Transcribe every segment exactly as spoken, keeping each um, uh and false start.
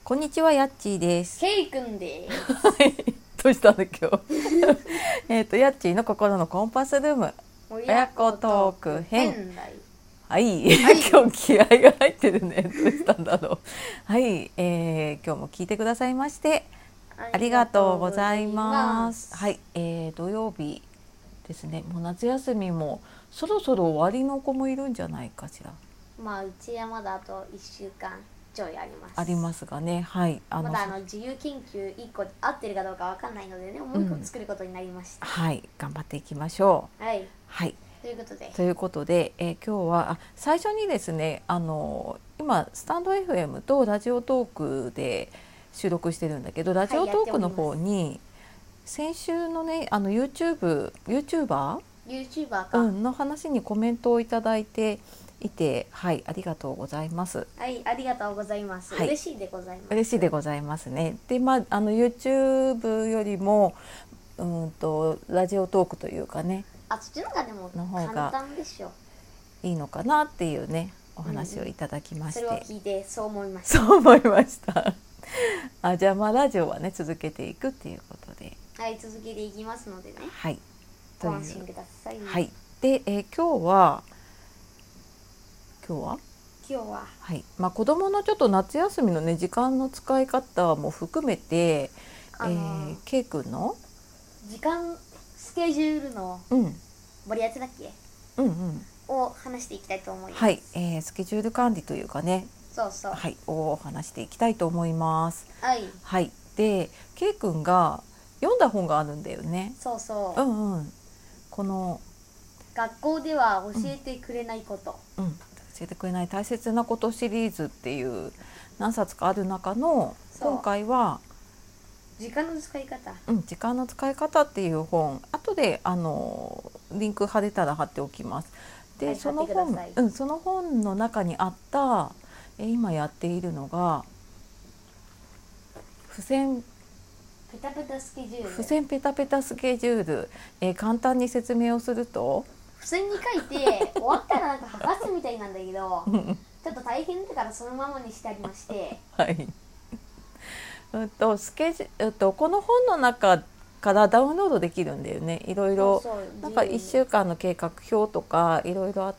こんにちは、やっちーです。 ケイくんです。 どうしたんだ今日。えっとやっちーの心のコンパスルーム親子トーク編。はい、はい、今日気合が入ってるね。どうしたんだろう。はい、えー、今日も聞いてくださいましてありがとうございます。はい、えー、土曜日ですね。もう夏休みもそろそろ終わりの子もいるんじゃないかしら。 まあうちはまだあといっしゅうかんちょいあります。 ありますがね、はい。 あのまだあの自由研究いっこ合ってるかどうかわかんないのでね、もういっこ作ることになりました。 うん、はい、頑張っていきましょう。はい。 はい。 ということで。 ということで、えー、今日はあ最初にですね、あの今スタンド エフエム とラジオトークで収録してるんだけど、ラジオトークの方に、はい、先週のねあの YouTube、YouTuber、 YouTuber か、 うん、の話にコメントをいただいていて、はい、ありがとうございます。 はい、ありがとうございます。はい、嬉しいでございます。 嬉しいでございますね。で、まああの YouTube よりもうんとラジオトークというかね。 あ、そっちのがでも簡単でしょ。 いいのかなっていうねお話をいただきまして、 うんうん、それを聞いてそう思いました。 そう思いましたあ、じゃあまあラジオはね続けていくっていうことで、 はい、続けていきますのでね、 はい、 ご安心ください。 はい。で、えー、今日は今日は今日ははい、まあ子供のちょっと夏休みのね時間の使い方も含めて、あのーえー、K 君の時間スケジュールの盛りやつだっけ、 うんうんを話していきたいと思います。 はい、えー、スケジュール管理というかね、 そうそう、 はい、を話していきたいと思います。 はい、 はい、で K 君が読んだ本があるんだよね。 そうそう、 うんうん、この学校では教えてくれないこと、 うんうん、教えてくれない大切なことシリーズっていう何冊かある中の今回は時間の使い方、 うん、時間の使い方っていう本、後であのリンク貼れたら貼っておきます。で、はい、その本、うん、その本の中にあったえ今やっているのが付箋ペタペタスケジュール付箋ペタペタスケジュール、えー、簡単に説明をすると、 付箋に書いて終わったらなんか剥がすみたいなんだけどちょっと大変だからそのままにしてありましてはいうんとスケジュ、うんと、この本の中からダウンロードできるんだよね。いろいろなんかいっしゅうかんの計画表とかいろいろあって、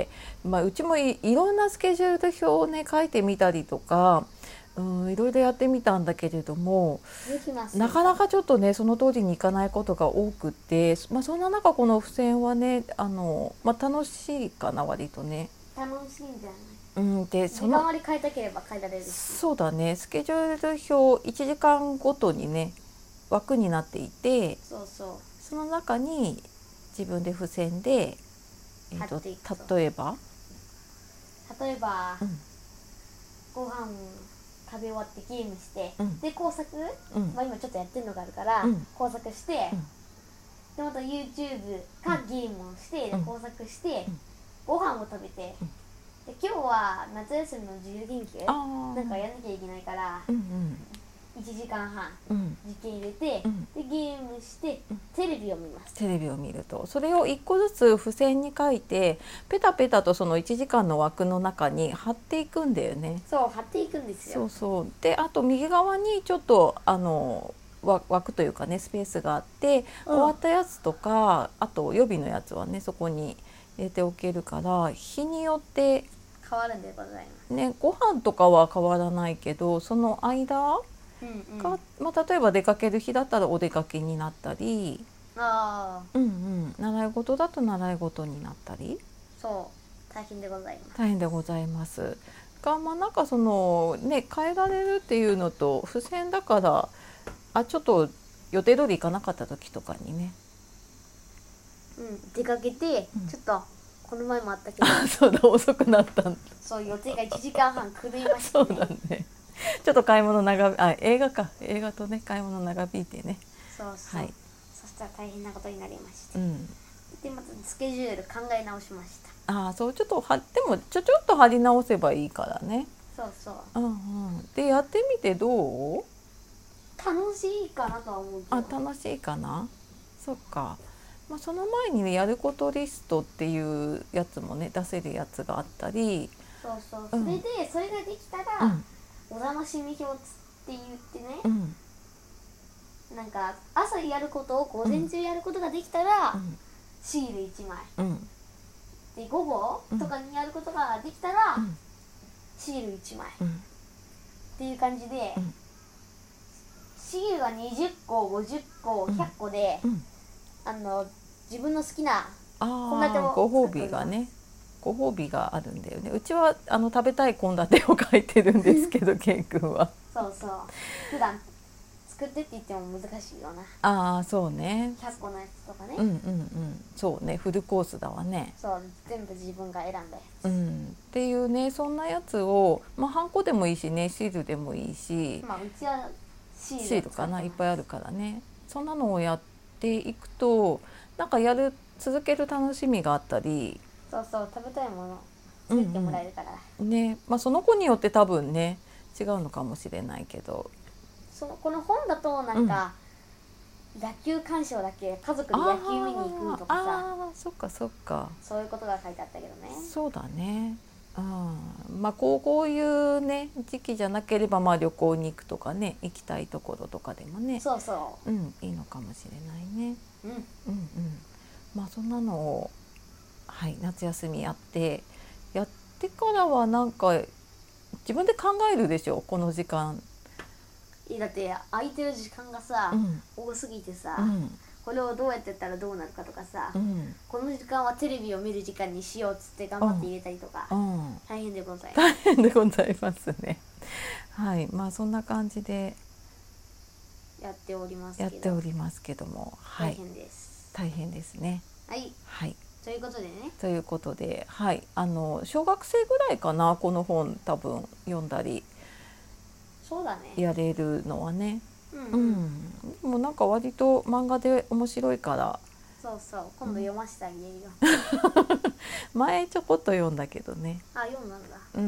まあ、うちも い, いろんなスケジュール表をね書いてみたりとか、うん、いろいろやってみたんだけれども、なかなかちょっとねその通りにいかないことが多くて、まあ、そんな中この付箋はねあの、まあ、楽しいかな割とね。 楽しいんじゃない。 うん、でその時間割り変えたければ変えられるし、 そうだね、スケジュール表いちじかんごとにね枠になっていて、 そうそう、 その中に自分で付箋で、えー、と例えば例えば、うん、ご飯食べ終わってゲームして、うん、で工作、うん、まあ、今ちょっとやってるのがあるから、うん、工作して、うん、でまた YouTube かゲームをして、うん、で工作して、うん、ご飯を食べて、うん、で今日は夏休みの自由研究なんかやんなきゃいけないから、うんうん、いちじかんはん実験入れて、うん、でゲームして、うん、テレビを見ます。 テレビを見るとそれをいっこずつ付箋に書いてペタペタとそのいちじかんの枠の中に貼っていくんだよね。 そう貼っていくんですよ。 そうそうであと右側にちょっとあの枠というかねスペースがあって、うん、終わったやつとかあと予備のやつはねそこに入れておけるから日によって変わるんでございますね。ご飯とかは変わらないけどその間うんうんが、まあ、例えば出かける日だったらお出かけになったり、 あ、 うんうん、習い事だと習い事になったり、 そう大変でございます。 大変でございますが、まあ、なんかそのね変えられるっていうのと付箋だからあちょっと予定通り行かなかった時とかにね、 うん、出かけて、うん、ちょっとこの前もあったけどそうだ遅くなったんだ。 そう予定がいちじかんはん狂いましたね。 そうだねちょっと買い物長あ映画か映画とね買い物長引いてね。 そうそう、はい、そしたら大変なことになりました、うん、でまたスケジュール考え直しました。 あそうちょっとはでもちょちょっと貼り直せばいいからね。 そうそう、 うんうん、でやってみてどう？ 楽しいかなとは思うけど。 あ楽しいかな。そっか、まあ、その前にねやることリストっていうやつもね出せるやつがあったり、 そうそう、それで、うん、それができたら、うん、 おざましみ表って言ってね、 うん、 なんか朝やることを午前中やることができたら、うん、シールいちまい、うん、で午後とかにやることができたら、うん、シールいちまい、うん、っていう感じで、うん、シールがにじゅっこごじゅっこひゃっこで、うん、あの自分の好きな献立をご褒美がねご褒美があるんだよね。うちはあの食べたい献立を書いてるんですけどケイ君はそうそう普段作ってって言っても難しいよな。 ああそうね、 ひゃっこのやつとかね、 うんうんうんそうねフルコースだわね。 そう全部自分が選んだやつ、 うん、っていうねそんなやつを、まあ、ハンコでもいいしねシールでもいいし、 まあうちはシールシールかないっぱいあるからね、そんなのをやっていくとなんかやる続ける楽しみがあったり、 そうそう食べたいもの作ってもらえるから、 うんうん、ねまあその子によって多分ね違うのかもしれないけど、 そのこの本だとなんか、うん、野球鑑賞だけ家族で野球見に行くとかさ、 ああそっかそっかそういうことが書いてあったけどね。 そうだね、うん、まあこう、こういうね時期じゃなければまあ旅行に行くとかね行きたいところとかでもねそうそう、 うん、いいのかもしれないね、 うん、うんうんまあそんなのを、はい、夏休みやってやってからはなんか自分で考えるでしょこの時間。 だって空いてる時間がさ、うん、多すぎてさ、うん、これをどうやってやったらどうなるかとかさ、うん、この時間はテレビを見る時間にしようっつって頑張って入れたりとか、うん、大変でございます。 大変でございますね。はいまあそんな感じでやっておりますけどやっておりますけども、はい、 大変です大変ですね。 はい、 はい、 ということでねということで、はい、あの小学生ぐらいかなこの本多分読んだりそうだねやれるのはね、 うんうんうん、 でもなんか割と漫画で面白いからそうそう今度読ませてあげるよ、 うん、前ちょこっと読んだけどね。 あ読んだんだ、 うん、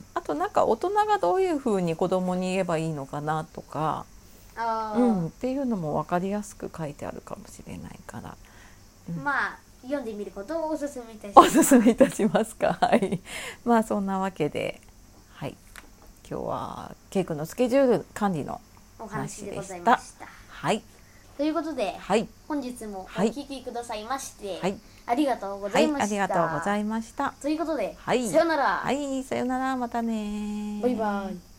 あとなんか大人がどういう風に子供に言えばいいのかなとかあ、 うん、っていうのも分かりやすく書いてあるかもしれないから、 うん、まあ読んでみることをおすすめいたします。 おすすめいたしますか。はいまあそんなわけで、はい、今日はケイ君のスケジュール管理のお話でございました。 はい。 ということで、 はい、 本日もお聞きくださいまして、はい、 ありがとうございました。 はい、ありがとうございました。 ということで、 はい、 さよなら。 はい、さよなら、またね。 バイバイ。